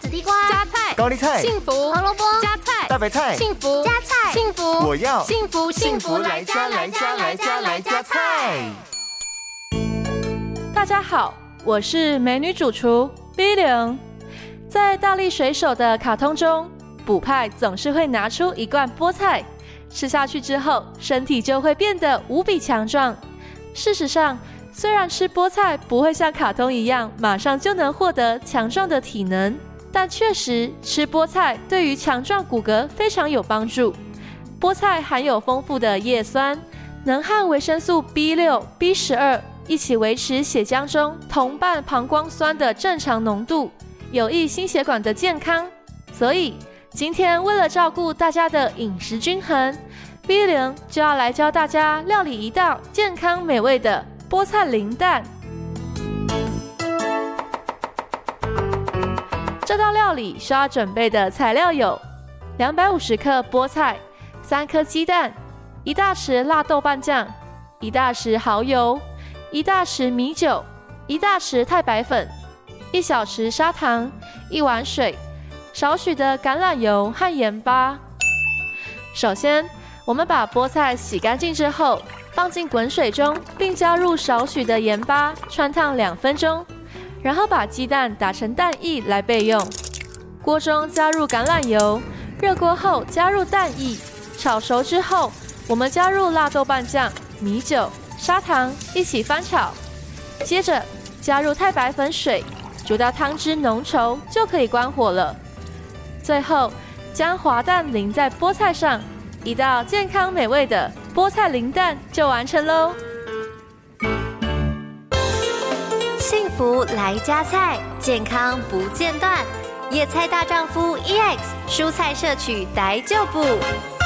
地瓜、 加菜、 高丽菜、 幸福、 胡萝卜、 加菜、 大白菜、 幸福、 加菜、 幸福， 我要幸福幸福来加来加来加来加菜。 大家好，我是美女主厨 B 零。在大力水手的卡通中，补派总是会拿出一罐菠菜，吃下去之后，身体就会变得无比强壮。事实上，虽然吃菠菜不会像卡通一样马上就能获得强壮的体能，但确实吃菠菜对于强壮骨骼非常有帮助。菠菜含有丰富的叶酸，能和维生素 B6、B12一起维持血浆中同伴膀胱酸的正常浓度，有益心血管的健康。所以今天为了照顾大家的饮食均衡， B 零就要来教大家料理一道健康美味的菠菜淋蛋。这道料理需要准备的材料有250克菠菜、3颗鸡蛋、1大匙辣豆瓣酱、1大匙蚝油、1大匙米酒、1大匙太白粉、1小匙砂糖、1碗水、少许的橄榄油和盐巴。首先，我们把菠菜洗干净之后，放进滚水中，并加入少许的盐巴，汆烫2分钟，然后把鸡蛋打成蛋液来备用。锅中加入橄榄油，热锅后加入蛋液，炒熟之后，我们加入辣豆瓣酱、米酒、砂糖一起翻炒，接着加入太白粉水，煮到汤汁浓稠就可以关火了。最后将滑蛋淋在菠菜上，一道健康美味的菠菜淋蛋就完成喽。 幸福来加菜，健康不间断。野菜大丈夫 EX 蔬菜摄取逮就补。